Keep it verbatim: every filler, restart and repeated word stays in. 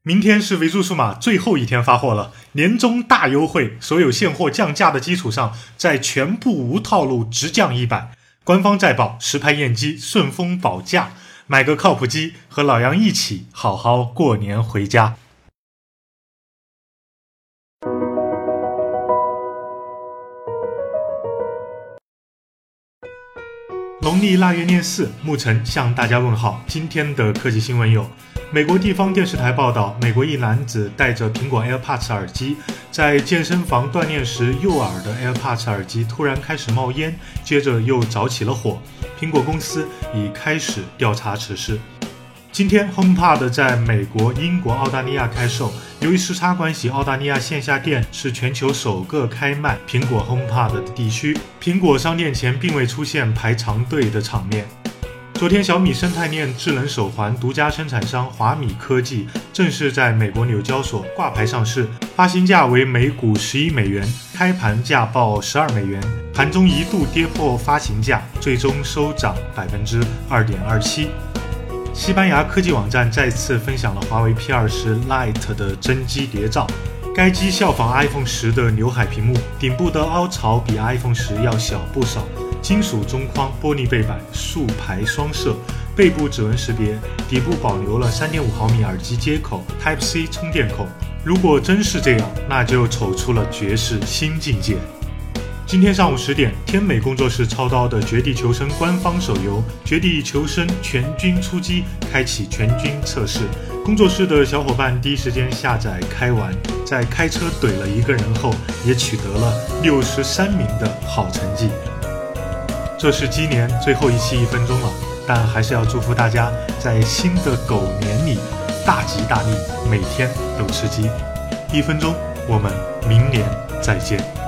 明天是维族数码最后一天发货了，年终大优惠，所有现货降价的基础上，再全部无套路直降一百，官方再保实拍验机，顺丰保价，买个靠谱机，和老杨一起好好过年回家。农历腊月廿四，牧尘向大家问好。今天的科技新闻有：美国地方电视台报道，美国一男子带着苹果 AirPods 耳机，在健身房锻炼时，右耳的 AirPods 耳机突然开始冒烟，接着又着起了火。苹果公司已开始调查此事。今天 HomePod 在美国、英国、澳大利亚开售。由于时差关系，澳大利亚线下店是全球首个开卖苹果 HomePod 的地区。苹果商店前并未出现排长队的场面。昨天，小米生态链智能手环独家生产商华米科技正式在美国纽交所挂牌上市，发行价为每股十一美元，开盘价报十二美元，盘中一度跌破发行价，最终收涨百分之二点二七。西班牙科技网站再次分享了华为 P 二十 Lite 的真机谍照，该机效仿 iPhone 十的刘海屏幕，顶部的凹槽比 iPhone 十要小不少，金属中框，玻璃背板，竖排双摄，背部指纹识别，底部保留了 三点五毫米耳机接口 Type C 充电口。如果真是这样，那就丑出了绝世新境界。今天上午十点，天美工作室操刀的《绝地求生》官方手游《绝地求生：全军出击》开启全军测试，工作室的小伙伴第一时间下载开玩，在开车怼了一个人后，也取得了六十三名的好成绩。这是鸡年最后一期一分钟了，但还是要祝福大家在新的狗年里大吉大利，每天都吃鸡。一分钟，我们明年再见。